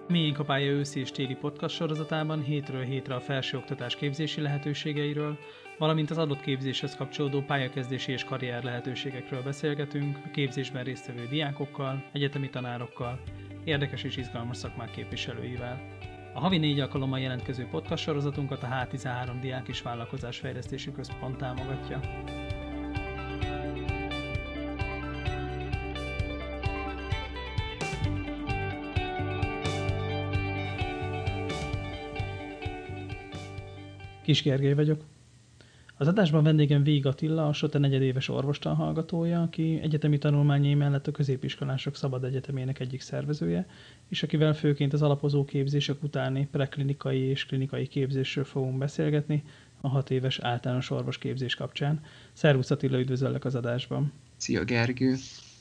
Miénk a pálya őszi és téli podcast sorozatában hétről hétre a felsőoktatás képzési lehetőségeiről, valamint az adott képzéshez kapcsolódó pályakezdési és karrier lehetőségekről beszélgetünk a képzésben résztvevő diákokkal, egyetemi tanárokkal, érdekes és izgalmas szakmák képviselőivel. A havi 4 alkalommal jelentkező podcast sorozatunkat a H13 Diák és Vállalkozásfejlesztési Központ támogatja. Kis Gergely vagyok. Az adásban vendégem Vég Attila, a SOTE negyedéves orvostanhallgatója, aki egyetemi tanulmányai mellett a Középiskolások Szabad Egyetemének egyik szervezője, és akivel főként az alapozó képzések utáni preklinikai és klinikai képzésről fogunk beszélgetni a 6 éves általános orvosképzés kapcsán. Szervusz Attila, üdvözöllek az adásban. Szia Gergő!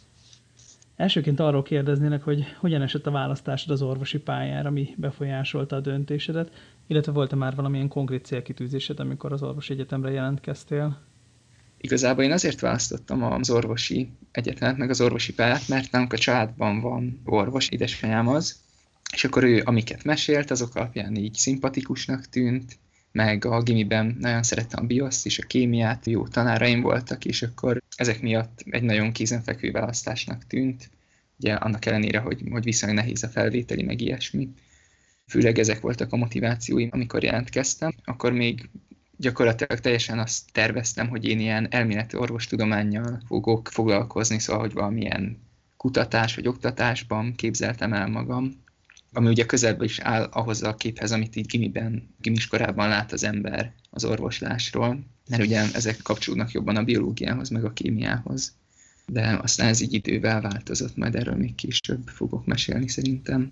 Elsőként arról kérdeznélek, hogy hogyan esett a választásod az orvosi pályára, mi befolyásolta a döntésedet, illetve volt-e már valamilyen konkrét célkitűzésed, amikor az orvosi egyetemre jelentkeztél? Igazából én azért választottam az orvosi egyetemet, meg az orvosi pályát, mert nálunk a családban van orvos, édesanyám az, és akkor ő, amiket mesélt, azok alapján így szimpatikusnak tűnt, meg a gimiben nagyon szerettem a bioszt és a kémiát, jó tanáraim voltak, és akkor ezek miatt egy nagyon kézenfekvő választásnak tűnt, ugye annak ellenére, hogy viszonylag nehéz a felvételi, meg ilyesmi. Főleg ezek voltak a motivációim, amikor jelentkeztem, akkor még gyakorlatilag teljesen azt terveztem, hogy én ilyen elméleti orvostudománnyal fogok foglalkozni, szóval, hogy valamilyen kutatás vagy oktatásban képzeltem el magam, ami ugye közelben is áll ahhoz a képhez, amit így gimiskorában lát az ember az orvoslásról, mert ugye ezek kapcsolódnak jobban a biológiához, meg a kémiához. De aztán ez így idővel változott, majd erről még később fogok mesélni szerintem.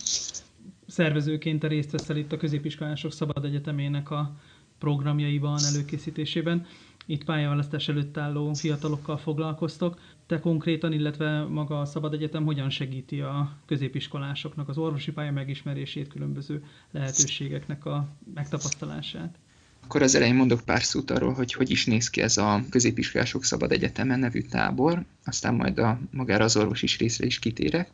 Szervezőként te részt veszel itt a Középiskolások Szabad Egyetemének a programjaiban, előkészítésében. Itt pályaválasztás előtt álló fiatalokkal foglalkoztok. Te konkrétan, illetve maga a Szabad Egyetem hogyan segíti a középiskolásoknak az orvosi pálya megismerését, különböző lehetőségeknek a megtapasztalását? Akkor az elején mondok pár szót arról, hogy is néz ki ez a Középiskolások Szabad Egyetemen nevű tábor, aztán majd magára az orvosi részre is kitérek.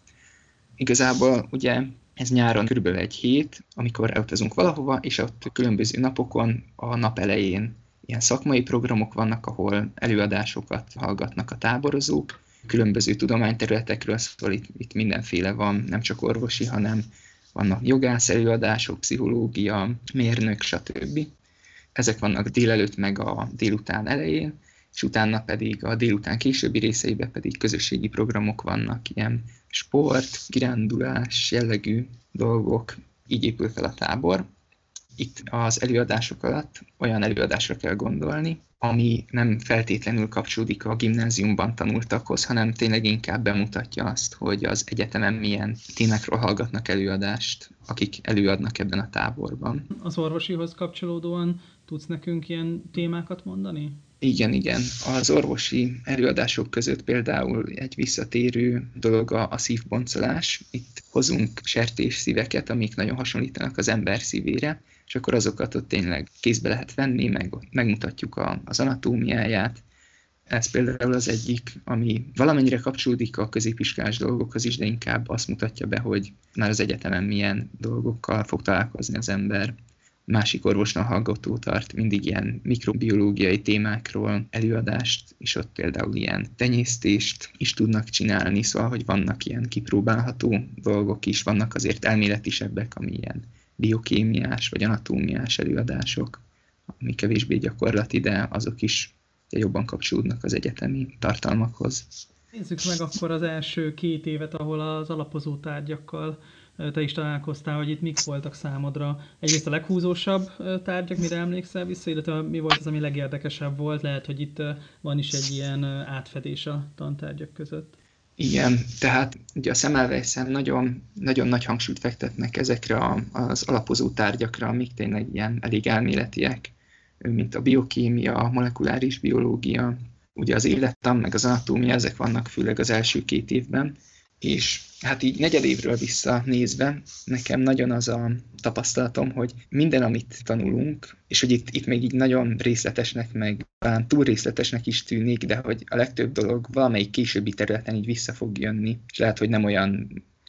Igazából ugye ez nyáron körülbelül egy hét, amikor elutazunk valahova, és ott különböző napokon a nap elején ilyen szakmai programok vannak, ahol előadásokat hallgatnak a táborozók, különböző tudományterületekről, szóval itt mindenféle van, nem csak orvosi, hanem vannak jogász előadások, pszichológia, mérnök, stb. Ezek vannak délelőtt meg a délután elején, és utána pedig a délután későbbi részeiben pedig közösségi programok vannak, ilyen sport, kirándulás jellegű dolgok, így épül fel a tábor. Itt az előadások alatt olyan előadásra kell gondolni, ami nem feltétlenül kapcsolódik a gimnáziumban tanultakhoz, hanem tényleg inkább bemutatja azt, hogy az egyetemen milyen témákról hallgatnak előadást, akik előadnak ebben a táborban. Az orvosihoz kapcsolódóan tudsz nekünk ilyen témákat mondani? Igen. Az orvosi előadások között például egy visszatérő dolog a szívboncolás. Itt hozunk sertésszíveket, amik nagyon hasonlítanak az ember szívére, és akkor azokat ott tényleg kézbe lehet venni, megmutatjuk az anatómiáját. Ez például az egyik, ami valamennyire kapcsolódik a középiskolás dolgokhoz is, de inkább azt mutatja be, hogy már az egyetemen milyen dolgokkal fog találkozni az ember. Másik orvosnál hallgató tart mindig ilyen mikrobiológiai témákról előadást, és ott például ilyen tenyésztést is tudnak csinálni, szóval, hogy vannak ilyen kipróbálható dolgok is, vannak azért elméletisebbek, ami ilyen biokémiás vagy anatómiás előadások, ami kevésbé gyakorlati, de azok is jobban kapcsolódnak az egyetemi tartalmakhoz. Nézzük meg akkor az első 2 évet, ahol az alapozó tárgyakkal te is találkoztál, hogy itt mik voltak számodra. Egyrészt a leghúzósabb tárgyak, mire emlékszel vissza, illetve mi volt az, ami legérdekesebb volt? Lehet, hogy itt van is egy ilyen átfedés a tantárgyak között. Igen, tehát ugye a Semmelweisen nagyon, nagyon nagy hangsúlyt fektetnek ezekre az alapozó tárgyakra, amik tényleg ilyen elég elméletiek, mint a biokémia, a molekuláris biológia, ugye az élettan, meg az anatómia, ezek vannak főleg az első 2 évben, és hát így negyedévről visszanézve, nekem nagyon az a tapasztalatom, hogy minden, amit tanulunk, és hogy itt még így nagyon részletesnek, meg talán túl részletesnek is tűnik, de hogy a legtöbb dolog valamelyik későbbi területen így vissza fog jönni, és lehet, hogy nem olyan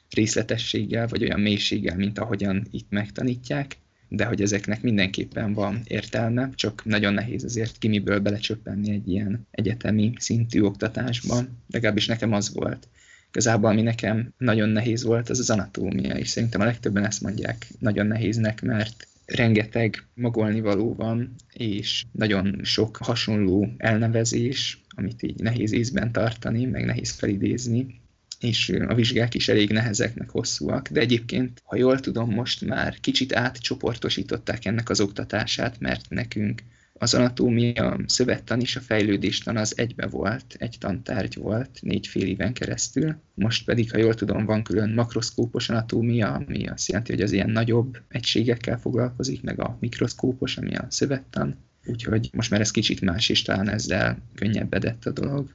részletességgel, vagy olyan mélységgel, mint ahogyan itt megtanítják, de hogy ezeknek mindenképpen van értelme, csak nagyon nehéz azért kimiből belecsöppenni egy ilyen egyetemi szintű oktatásba, legalábbis nekem az volt. Igazából ami nekem nagyon nehéz volt, az az anatómia, és szerintem a legtöbben ezt mondják nagyon nehéznek, mert rengeteg magolnivaló van, és nagyon sok hasonló elnevezés, amit így nehéz észben tartani, meg nehéz felidézni, és a vizsgák is elég nehezek, meg hosszúak, de egyébként, ha jól tudom, most már kicsit átcsoportosították ennek az oktatását, mert nekünk az anatómia, szövettan és a fejlődéstan az egybe volt, egy tantárgy volt 4 fél éven keresztül. Most pedig, ha jól tudom, van külön makroszkópos anatómia, ami azt jelenti, hogy az ilyen nagyobb egységekkel foglalkozik, meg a mikroszkópos, ami a szövettan. Úgyhogy most már ez kicsit más, és talán ezzel könnyebbedett a dolog.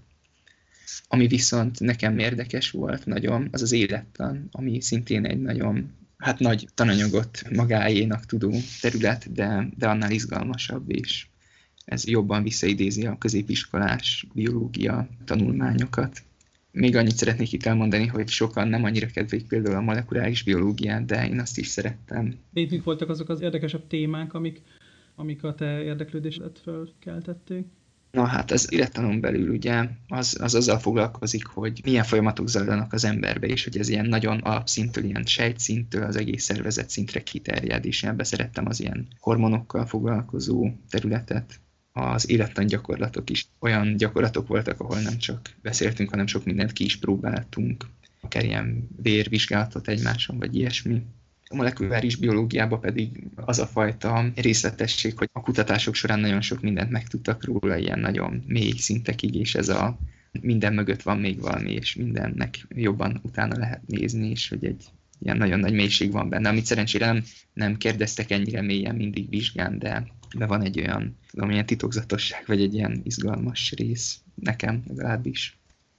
Ami viszont nekem érdekes volt nagyon, az az élettan, ami szintén egy nagyon nagy tananyagot magáénak tudó terület, de annál izgalmasabb, és ez jobban visszaidézi a középiskolás biológia tanulmányokat. Még annyit szeretnék itt elmondani, hogy sokan nem annyira kedvelik például a molekuláris biológiát, de én azt is szerettem. Mik voltak azok az érdekesebb témák, amik a te érdeklődésedet fölkeltették? Na hát az élettanon belül ugye az azzal foglalkozik, hogy milyen folyamatok zajlanak az emberbe, és hogy ez ilyen nagyon alapszintől, ilyen sejtszintől az egész szervezet szintre kiterjed, és ebbe szerettem az ilyen hormonokkal foglalkozó területet. Az élettan gyakorlatok is olyan gyakorlatok voltak, ahol nem csak beszéltünk, hanem sok mindent ki is próbáltunk, akár ilyen vérvizsgálatot egymáson, vagy ilyesmi. A molekuláris biológiában pedig az a fajta részletesség, hogy a kutatások során nagyon sok mindent megtudtak róla, ilyen nagyon mély szintekig, és ez a minden mögött van még valami, és mindennek jobban utána lehet nézni, és hogy egy ilyen nagyon nagy mélység van benne, amit szerencsére nem kérdeztek ennyire mélyen mindig vizsgán, de van egy olyan, ilyen titokzatosság, vagy egy ilyen izgalmas rész nekem legalábbis.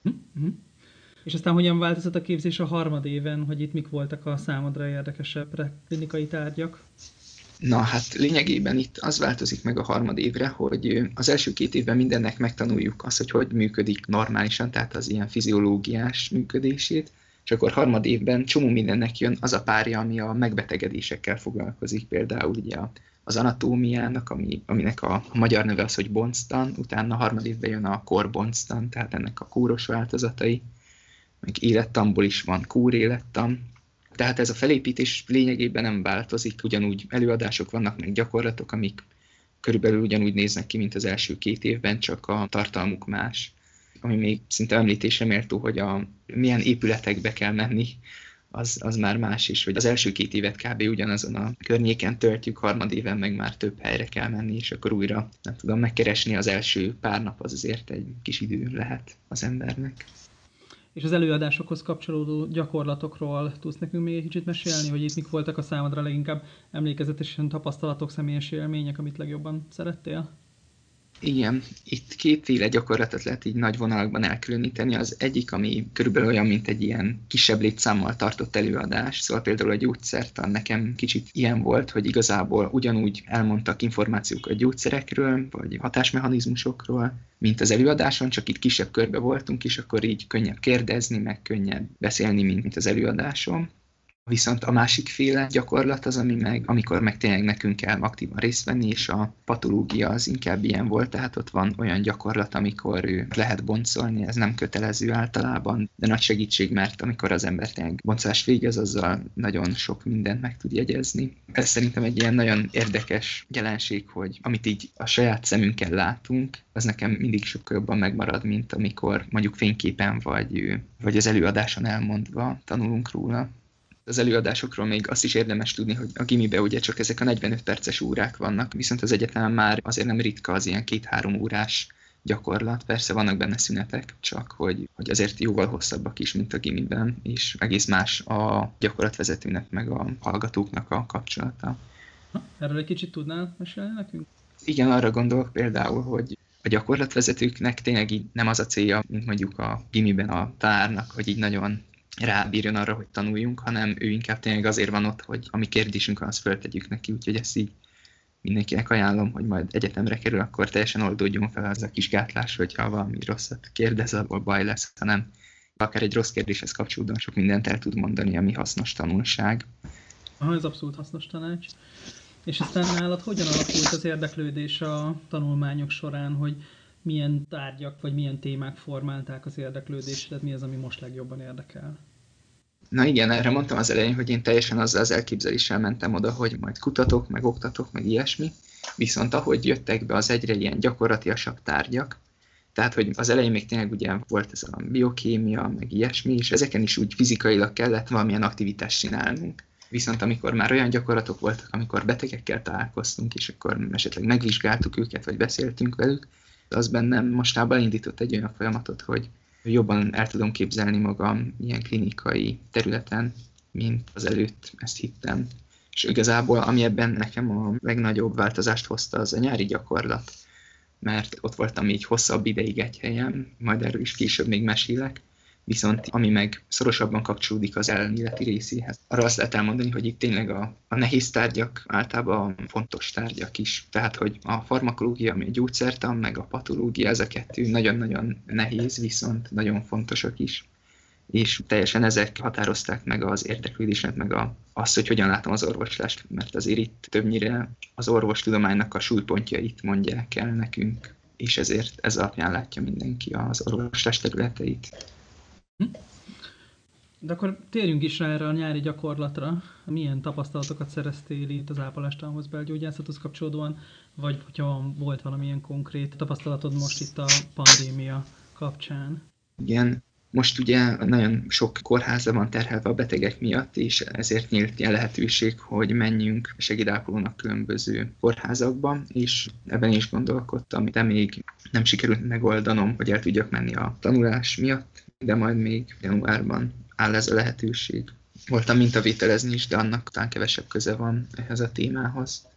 És aztán hogyan változott a képzés a harmadéven, hogy itt mik voltak a számodra érdekesebb klinikai tárgyak? Na hát lényegében itt az változik meg a harmadévre, hogy az első 2 évben mindennek megtanuljuk azt, hogy működik normálisan, tehát az ilyen fiziológiás működését, és akkor harmadévben csomó mindennek jön az a párja, ami a megbetegedésekkel foglalkozik, például ugye az anatómiának, aminek a magyar neve az, hogy bonctan, utána harmadévben jön a korbonctan, tehát ennek a kóros változatai, meg élettanból is van kórélettan. Tehát ez a felépítés lényegében nem változik, ugyanúgy előadások vannak, meg gyakorlatok, amik körülbelül ugyanúgy néznek ki, mint az első 2 évben, csak a tartalmuk más. Ami még szinte említésre méltó, hogy milyen épületekbe kell menni, az már más is, hogy az első 2 évet kb. Ugyanazon a környéken töltjük, harmadéven meg már több helyre kell menni, és akkor újra, nem tudom, megkeresni az első pár nap, az azért egy kis idő lehet az embernek. És az előadásokhoz kapcsolódó gyakorlatokról tudsz nekünk még egy kicsit mesélni, hogy itt mik voltak a számodra leginkább emlékezetesen tapasztalatok, személyes élmények, amit legjobban szerettél? Igen, itt 2 gyakorlatot lehet így nagy vonalakban elkülöníteni. Az egyik, ami körülbelül olyan, mint egy ilyen kisebb létszámmal tartott előadás, szóval például a gyógyszertan nekem kicsit ilyen volt, hogy igazából ugyanúgy elmondtak információkat a gyógyszerekről, vagy hatásmechanizmusokról, mint az előadáson, csak itt kisebb körbe voltunk, és akkor így könnyebb kérdezni, meg könnyebb beszélni, mint az előadáson. Viszont a másik féle gyakorlat az, amikor meg tényleg nekünk kell aktívan részt venni, és a patológia az inkább ilyen volt, tehát ott van olyan gyakorlat, amikor lehet boncolni, ez nem kötelező általában, de nagy segítség, mert amikor az ember tényleg boncolást végez, azzal nagyon sok mindent meg tud jegyezni. Ez szerintem egy ilyen nagyon érdekes jelenség, hogy amit így a saját szemünkkel látunk, az nekem mindig sokkal jobban megmarad, mint amikor mondjuk fényképen vagy az előadáson elmondva tanulunk róla. Az előadásokról még azt is érdemes tudni, hogy a gimibe ugye csak ezek a 45 perces órák vannak, viszont az egyetemen már azért nem ritka az ilyen 2-3 órás gyakorlat. Persze vannak benne szünetek, csak hogy azért jóval hosszabbak is, mint a gimiben, és egész más a gyakorlatvezetőnek meg a hallgatóknak a kapcsolata. Erről egy kicsit tudnál mesélni nekünk? Igen, arra gondolok például, hogy a gyakorlatvezetőknek tényleg így nem az a célja, mint mondjuk a gimiben a tanárnak, hogy így nagyon rábírjon arra, hogy tanuljunk, hanem ő inkább tényleg azért van ott, hogy ami kérdésünk van, azt föltegyük neki, úgyhogy ezt így mindenkinek ajánlom, hogy majd egyetemre kerül, akkor teljesen oldódjon fel az a kis gátlás, hogyha valami rosszat kérdez, abból baj lesz, hanem akár egy rossz kérdéshez kapcsolódóan sok mindent el tud mondani, ami hasznos tanulság. Aha, ez abszolút hasznos tanács. És aztán nálad hogyan alakult az érdeklődés a tanulmányok során, hogy milyen tárgyak vagy milyen témák formálták az érdeklődésedet, mi az, ami most legjobban érdekel? Na igen, erre mondtam az elején, hogy én teljesen azzal az elképzeléssel mentem oda, hogy majd kutatok, meg oktatok, meg ilyesmi, viszont ahogy jöttek be az egyre ilyen gyakorlatiasabb tárgyak, tehát, hogy az elején még tényleg ugye volt ez a biokémia, meg ilyesmi, és ezeken is úgy fizikailag kellett valamilyen aktivitást csinálnunk. Viszont amikor már olyan gyakorlatok voltak, amikor betegekkel találkoztunk, és akkor esetleg megvizsgáltuk őket, vagy beszéltünk velük, az bennem mostában elindított egy olyan folyamatot, hogy jobban el tudom képzelni magam ilyen klinikai területen, mint az előtt ezt hittem. És igazából, ami ebben nekem a legnagyobb változást hozta, az a nyári gyakorlat. Mert ott voltam így hosszabb ideig egy helyen, majd erről is később még mesélek, viszont ami meg szorosabban kapcsolódik az elméleti részéhez. Arra azt lehet elmondani, hogy itt tényleg a nehéz tárgyak általában fontos tárgyak is. Tehát, hogy a farmakológia, ami a gyógyszertan, meg a patológia, ez a kettő nagyon-nagyon nehéz, viszont nagyon fontosak is. És teljesen ezek határozták meg az érdeklődésemet, meg azt, hogy hogyan látom az orvoslást, mert azért itt többnyire az orvostudománynak a súlypontjait mondják el nekünk, és ezért ez alapján látja mindenki az orvoslás területeit. De akkor térjünk is rá erre a nyári gyakorlatra. Milyen tapasztalatokat szereztél itt az ápolástanhoz, belgyógyászathoz kapcsolódóan, vagy hogyha volt valamilyen konkrét tapasztalatod most itt a pandémia kapcsán? Igen, most ugye nagyon sok kórházra van terhelve a betegek miatt, és ezért nyílt ilyen lehetőség, hogy menjünk segédápolónak különböző kórházakba, és ebben is gondolkodtam, de még nem sikerült megoldanom, hogy el tudjak menni a tanulás miatt, de majd még januárban áll ez a lehetőség. Voltam mintavételezni is, de annak talán kevesebb köze van ehhez a témához.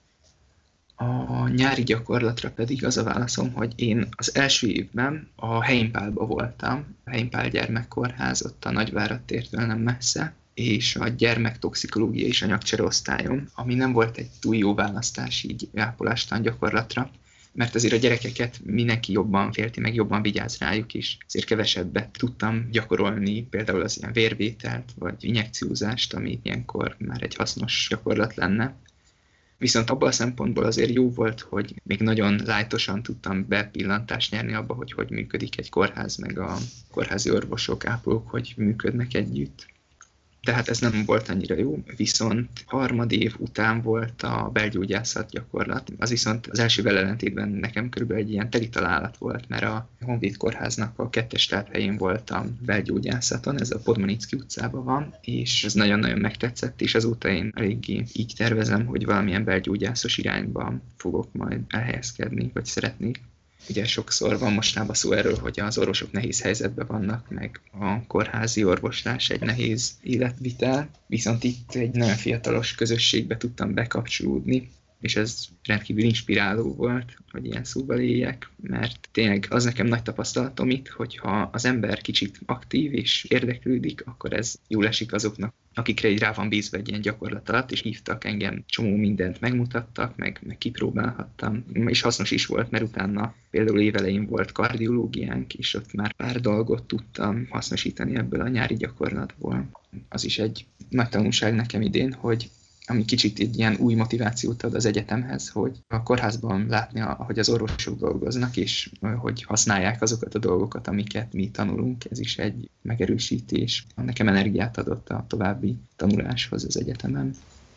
A nyári gyakorlatra pedig az a válaszom, hogy én az első évben a Heimpálban voltam, a Heimpál gyermekkórház, ott a Nagyvárad tértől nem messze, és a gyermektoxikológia és anyagcsereosztályon, ami nem volt egy túl jó választás így ápolástan gyakorlatra, mert azért a gyerekeket mindenki jobban félti, meg jobban vigyáz rájuk is. Ezért kevesebbet tudtam gyakorolni, például az ilyen vérvételt, vagy injekciózást, ami ilyenkor már egy hasznos gyakorlat lenne. Viszont abban a szempontból azért jó volt, hogy még nagyon lájtosan tudtam bepillantást nyerni abba, hogy működik egy kórház, meg a kórházi orvosok, ápolók, hogy működnek együtt. Tehát ez nem volt annyira jó, viszont harmadév után volt a belgyógyászat gyakorlat. Az viszont az elsővel ellentétben nekem körülbelül egy ilyen teli találat volt, mert a Honvéd kórháznak a 2-es telephelyén voltam belgyógyászaton, ez a Podmanicki utcában van, és ez nagyon-nagyon megtetszett, és azóta én eléggé így tervezem, hogy valamilyen belgyógyászos irányba fogok majd elhelyezkedni, vagy szeretnék. Ugye sokszor van mostában szó erről, hogy az orvosok nehéz helyzetben vannak, meg a kórházi orvoslás egy nehéz életvitel, viszont itt egy nagyon fiatalos közösségbe tudtam bekapcsolódni, és ez rendkívül inspiráló volt, hogy ilyen szóval éljek, mert tényleg az nekem nagy tapasztalatom itt, hogyha az ember kicsit aktív és érdeklődik, akkor ez jól esik azoknak, akikre így rá van bízva egy ilyen gyakorlat alatt, és hívtak engem, csomó mindent megmutattak, meg kipróbálhattam, és hasznos is volt, mert utána például évelején volt kardiológiánk, és ott már pár dolgot tudtam hasznosítani ebből a nyári gyakorlatból. Az is egy nagy tanulság nekem idén, hogy ami kicsit egy ilyen új motivációt ad az egyetemhez, hogy a kórházban látni, hogy az orvosok dolgoznak, és hogy használják azokat a dolgokat, amiket mi tanulunk. Ez is egy megerősítés. Nekem energiát adott a további tanuláshoz az egyetemen.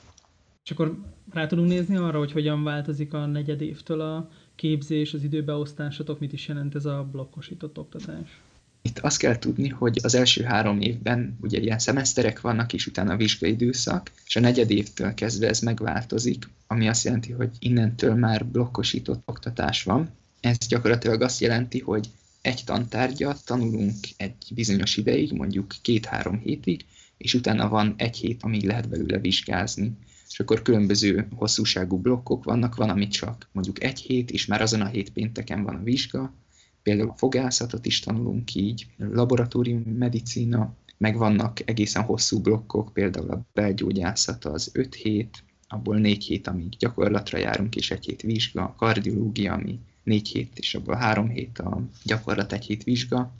És akkor rá tudunk nézni arra, hogy hogyan változik a negyedévtől a képzés, az időbeosztásatok, mit is jelent ez a blokkosított oktatás? Itt azt kell tudni, hogy az első 3 évben ugye ilyen szemeszterek vannak, és utána a vizsgai időszak, és a negyedévtől kezdve ez megváltozik, ami azt jelenti, hogy innentől már blokkosított oktatás van. Ez gyakorlatilag azt jelenti, hogy egy tantárgyat tanulunk egy bizonyos ideig, mondjuk 2-3 hétig, és utána van 1 hét, amíg lehet belőle vizsgázni. És akkor különböző hosszúságú blokkok vannak, van, amit csak mondjuk 1 hét, és már azon a 7 pénteken van a vizsga. Például a fogászatot is tanulunk így, laboratórium medicína, meg vannak egészen hosszú blokkok, például a belgyógyászat az 5 hét, abból 4 hét, amíg gyakorlatra járunk, és 1 hét vizsga, a kardiológia, ami 4 hét, és abból 3 hét a gyakorlat, 1 hét vizsga.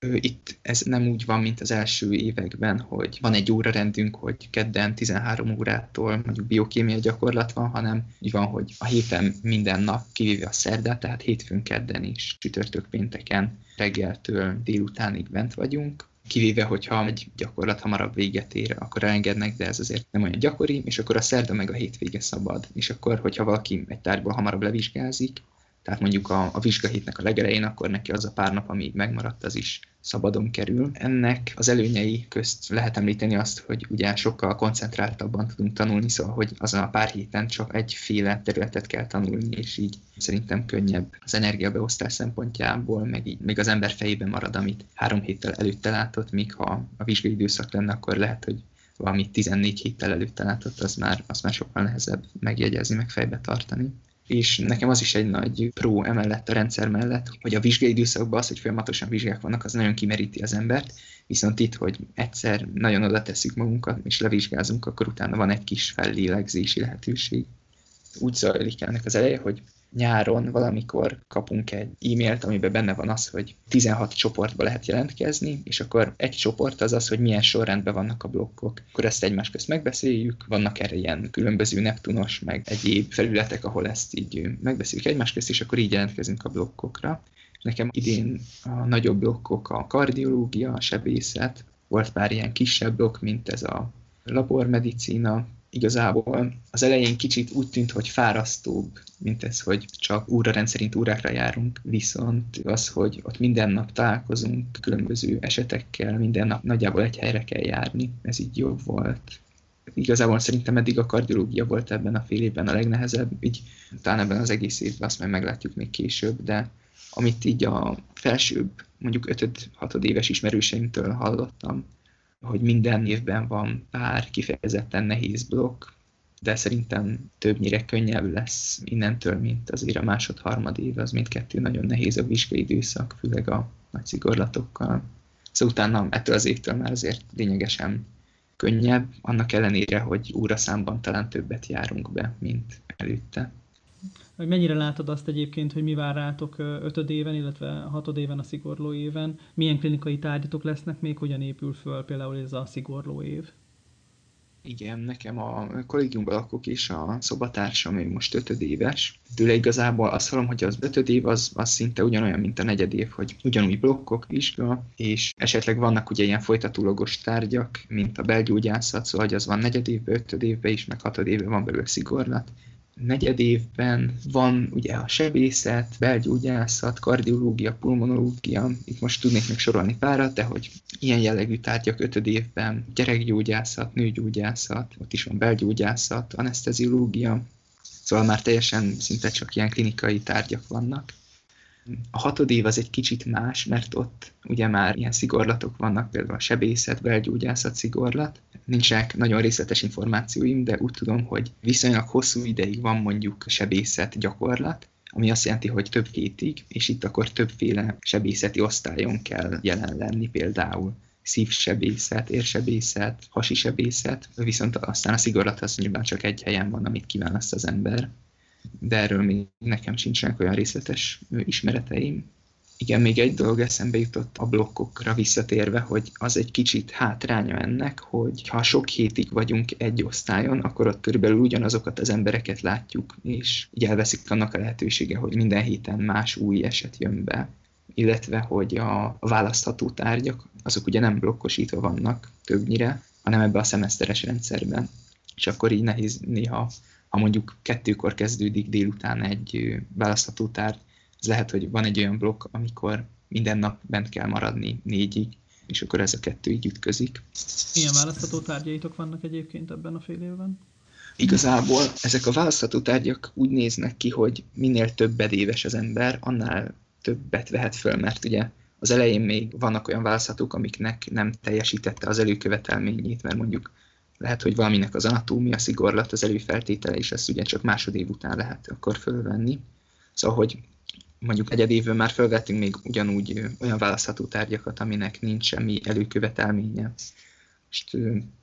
Itt ez nem úgy van, mint az első években, hogy van egy órarendünk, hogy kedden 13 órától mondjuk biokémia gyakorlat van, hanem úgy van, hogy a héten minden nap, kivéve a szerdát, tehát hétfőn, kedden is, csütörtök, pénteken reggeltől délutánig bent vagyunk. Kivéve, hogyha egy gyakorlat hamarabb véget ér, akkor elengednek, de ez azért nem olyan gyakori, és akkor a szerda meg a hétvége szabad. És akkor, hogyha valaki egy tárgyból hamarabb levizsgázik, tehát mondjuk a vizsgahétnek a legelején, akkor neki az a pár nap, ami megmaradt, az is szabadon kerül. Ennek az előnyei közt lehet említeni azt, hogy ugye sokkal koncentráltabban tudunk tanulni, szóval hogy azon a pár héten csak egyféle területet kell tanulni, és így szerintem könnyebb az energiabeosztás szempontjából, meg így még az ember fejében marad, amit 3 héttel előtte látott, míg ha a vizsgai időszak lenne, akkor lehet, hogy valamit 14 héttel előtte látott, az már sokkal nehezebb megjegyezni, meg fejbe tartani. És nekem az is egy nagy pró emellett a rendszer mellett, hogy a vizsgai időszakban az, hogy folyamatosan vizsgák vannak, az nagyon kimeríti az embert, viszont itt, hogy egyszer nagyon oda tesszük magunkat, és levizsgázunk, akkor utána van egy kis fellélegzési lehetőség. Úgy zajlik ennek az eleje, hogy nyáron valamikor kapunk egy e-mailt, amiben benne van az, hogy 16 csoportba lehet jelentkezni, és akkor egy csoport az az, hogy milyen sorrendben vannak a blokkok. Akkor ezt egymás közt megbeszéljük, vannak erre ilyen különböző Neptunos, meg egyéb felületek, ahol ezt így megbeszéljük egymás közt, és akkor így jelentkezünk a blokkokra. Nekem idén a nagyobb blokkok a kardiológia, a sebészet, volt pár ilyen kisebb blokk, mint ez a labormedicína. Igazából az elején kicsit úgy tűnt, hogy fárasztóbb, mint ez, hogy csak órarend szerint órákra járunk, viszont az, hogy ott minden nap találkozunk különböző esetekkel, minden nap nagyjából egy helyre kell járni, ez így jobb volt. Igazából szerintem eddig a kardiológia volt ebben a fél évben a legnehezebb, így talán ebben az egész évben azt majd meglátjuk még később, de amit így a felsőbb, mondjuk 5-6 éves ismerőseimtől hallottam, hogy minden évben van pár kifejezetten nehéz blokk, de szerintem többnyire könnyebb lesz innentől, mint azért a másod-harmad év, az mindkettő nagyon nehéz a vizsgai időszak, főleg a nagy szigorlatokkal. Szóval utána ettől az évtől már azért lényegesen könnyebb, annak ellenére, hogy óraszámban talán többet járunk be, mint előtte. Mennyire látod azt egyébként, hogy mi vár rátok 5. éven, illetve 6. éven a szigorló éven? Milyen klinikai tárgyatok lesznek még, hogyan épül föl például ez a szigorló év? Igen, nekem a kollégiumban lakok és a szobatársam, ő most 5. éves. Tőle igazából azt hallom, hogy az 5. év az szinte ugyanolyan, mint a 4. év, hogy ugyanúgy blokkok, vizsga, és esetleg vannak ugye ilyen folytatólagos tárgyak, mint a belgyógyászat, szóval hogy az van 4. évben, 5. évben is, meg 6. évben van belőle szigorlat. 4. évben van ugye a sebészet, belgyógyászat, kardiológia, pulmonológia, itt most tudnék még sorolni párat, de hogy ilyen jellegű tárgyak 5. évben, gyerekgyógyászat, nőgyógyászat, ott is van belgyógyászat, aneszteziológia, szóval már teljesen szinte csak ilyen klinikai tárgyak vannak. A 6. év az egy kicsit más, mert ott ugye már ilyen szigorlatok vannak, például a sebészet, belgyógyászat szigorlat. Nincsenek nagyon részletes információim, de úgy tudom, hogy viszonylag hosszú ideig van mondjuk sebészet gyakorlat, ami azt jelenti, hogy több hétig, és itt akkor többféle sebészeti osztályon kell jelen lenni, például szívsebészet, érsebészet, hasi sebészet, viszont aztán a szigorlat az nyilván csak egy helyen van, amit kiválaszt az ember. De erről még nekem sincsenek olyan részletes ismereteim. Igen, még egy dolog eszembe jutott a blokkokra visszatérve, hogy az egy kicsit hátránya ennek, hogy ha sok hétig vagyunk egy osztályon, akkor ott körülbelül ugyanazokat az embereket látjuk, és így elveszik annak a lehetősége, hogy minden héten más új eset jön be. Illetve, hogy a választható tárgyak, azok ugye nem blokkosítva vannak többnyire, hanem ebbe a szemeszteres rendszerben. És akkor így nehéz néha, ha mondjuk 2-kor kezdődik délután egy választható tárgy, ez lehet, hogy van egy olyan blokk, amikor minden nap bent kell maradni 4-ig, és akkor ez a 2 így ütközik. Milyen választható tárgyaitok vannak egyébként ebben a fél évben? Igazából ezek a választható tárgyak úgy néznek ki, hogy minél több bedéves az ember, annál többet vehet föl, mert ugye az elején még vannak olyan választhatók, amiknek nem teljesítette az előkövetelményét, mert mondjuk lehet, hogy valaminek az anatómia szigorlat az előfeltétele, és ezt ugye csak másodév után lehet akkor fölvenni. Szóval, hogy mondjuk egyedévben már felvettünk még ugyanúgy olyan választható tárgyakat, aminek nincs semmi előkövetelménye. Most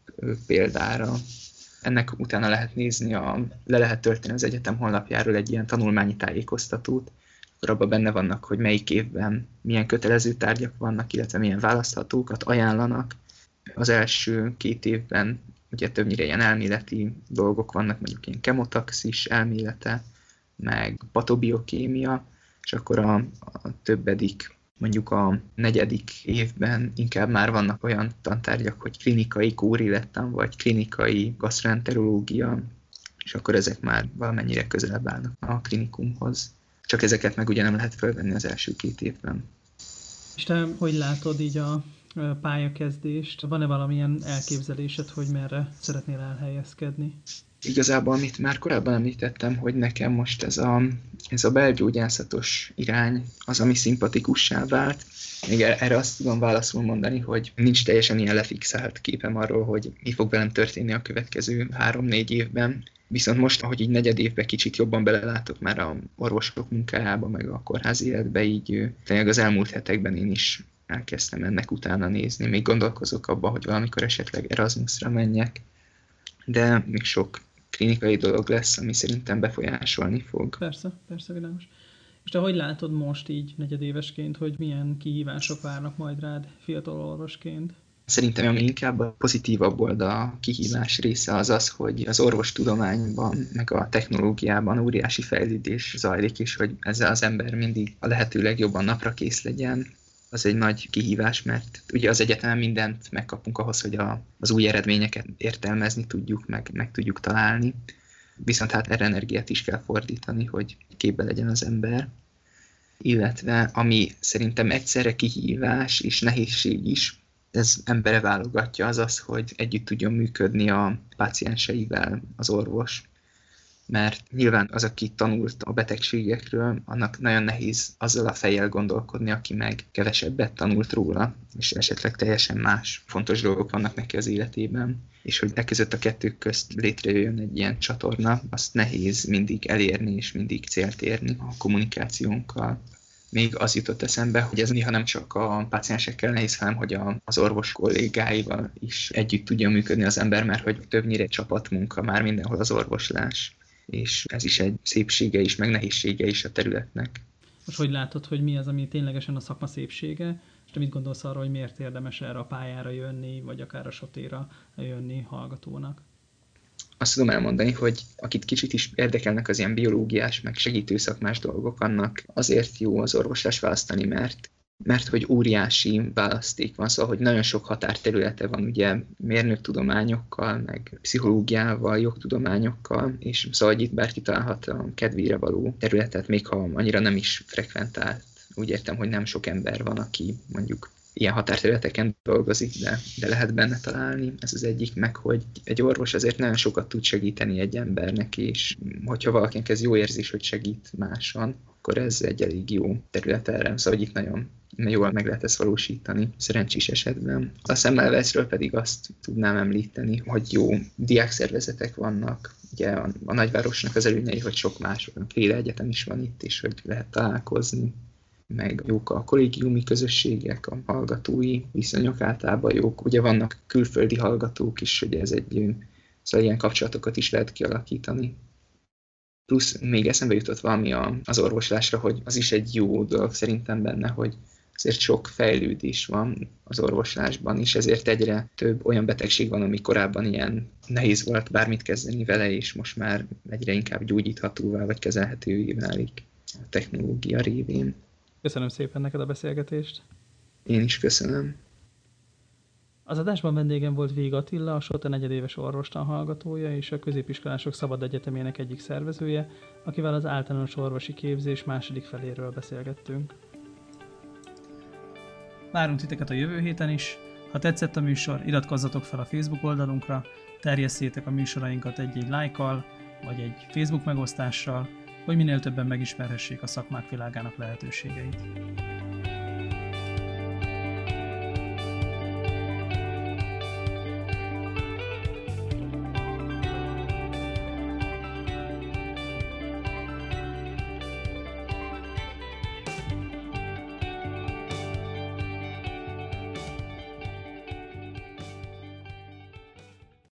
példára ennek utána lehet nézni, le lehet tölteni az egyetem honlapjáról egy ilyen tanulmányi tájékoztatót, akkor abban benne vannak, hogy melyik évben milyen kötelező tárgyak vannak, illetve milyen választhatókat ajánlanak. Az első 2 évben ugye többnyire ilyen elméleti dolgok vannak, mondjuk ilyen kemotaxis elmélete, meg patobiokémia, és akkor a többedik, mondjuk a 4. évben inkább már vannak olyan tantárgyak, hogy klinikai kórilettan, vagy klinikai gasztroenterológia, és akkor ezek már valamennyire közelebb állnak a klinikumhoz. Csak ezeket meg ugye nem lehet felvenni az első 2 évben. És te hogy látod így a pályakezdést? Van-e valamilyen elképzelésed, hogy merre szeretnél elhelyezkedni? Igazából, amit már korábban említettem, hogy nekem most ez a belgyógyászatos irány az, ami szimpatikussá vált. Még erre azt tudom válaszul mondani, hogy nincs teljesen ilyen lefixált képem arról, hogy mi fog velem történni a következő 3-4 évben. Viszont most, ahogy így 4. évben kicsit jobban belelátok már a orvosok munkájába, meg a kórházi életbe, így tényleg az elmúlt hetekben én is elkezdtem ennek utána nézni. Még gondolkozok abban, hogy valamikor esetleg Erasmusra menjek, de még sok klinikai dolog lesz, ami szerintem befolyásolni fog. Persze, világos. És te hogy látod most így negyedévesként, hogy milyen kihívások várnak majd rád fiatal orvosként? Szerintem ami inkább a pozitívabb oldal, a kihívás része az az, hogy az orvostudományban, meg a technológiában óriási fejlődés zajlik, és hogy ezzel az ember mindig a lehető legjobban napra kész legyen. Az egy nagy kihívás, mert ugye az egyetemen mindent megkapunk ahhoz, hogy az új eredményeket értelmezni tudjuk, meg tudjuk találni. Viszont hát erre energiát is kell fordítani, hogy képbe legyen az ember. Illetve ami szerintem egyszerre kihívás és nehézség is, ez embere válogatja, az az, hogy együtt tudjon működni a pácienseivel az orvos. Mert nyilván az, aki tanult a betegségekről, annak nagyon nehéz azzal a fejjel gondolkodni, aki meg kevesebbet tanult róla, és esetleg teljesen más fontos dolgok vannak neki az életében. És hogy között a kettő közt létrejöjjön egy ilyen csatorna, azt nehéz mindig elérni és mindig célt érni a kommunikációnkkal. Még az jutott eszembe, hogy ez néha nem csak a páciensekkel nehéz, hanem hogy az orvos kollégáival is együtt tudja működni az ember, mert hogy többnyire csapatmunka már mindenhol az orvoslás. És ez is egy szépsége is, meg nehézsége is a területnek. Most hogy látod, hogy mi az, ami ténylegesen a szakma szépsége, és te mit gondolsz arra, hogy miért érdemes erre a pályára jönni, vagy akár a sotéra jönni hallgatónak? Azt tudom elmondani, hogy akit kicsit is érdekelnek az ilyen biológiás, meg segítő szakmás dolgok, annak azért jó az orvoslás választani, mert hogy óriási választék van, szóval, hogy nagyon sok határterülete van, ugye mérnöktudományokkal, meg pszichológiával, jogtudományokkal, és szóval, hogy itt bárki találhat a kedvére való területet, még ha annyira nem is frekventált. Úgy értem, hogy nem sok ember van, aki mondjuk ilyen határterületeken dolgozik, de lehet benne találni. Ez az egyik, meg hogy egy orvos azért nagyon sokat tud segíteni egy embernek, és hogyha valakinek ez jó érzés, hogy segít máson, akkor ez egy elég jó terület erre. Szóval, hogy itt nagyon jól meg lehet ezt valósítani, szerencsés esetben. A Semmelweisről pedig azt tudnám említeni, hogy jó diákszervezetek vannak. Ugye a nagyvárosnak az előnyei, hogy sok másféle egyetem is van itt, és hogy lehet találkozni. Meg jók a kollégiumi közösségek, a hallgatói viszonyok általában jók. Ugye vannak külföldi hallgatók is, hogy ez szóval ilyen kapcsolatokat is lehet kialakítani. Plusz még eszembe jutott valami az orvoslásra, hogy az is egy jó dolog szerintem benne, hogy azért sok fejlődés van az orvoslásban, és ezért egyre több olyan betegség van, ami korábban ilyen nehéz volt bármit kezdeni vele, és most már egyre inkább gyógyíthatóvá vagy kezelhetővé válik a technológia révén. Köszönöm szépen neked a beszélgetést. Én is köszönöm. Az adásban vendégem volt Vég Attila, a SOTE negyedéves orvostan hallgatója és a Középiskolások Szabad Egyetemének egyik szervezője, akivel az általános orvosi képzés második feléről beszélgettünk. Várunk titeket a jövő héten is. Ha tetszett a műsor, iratkozzatok fel a Facebook oldalunkra, terjesszétek a műsorainkat egy-egy lájkkal, vagy egy Facebook megosztással, hogy minél többen megismerhessék a szakmák világának lehetőségeit.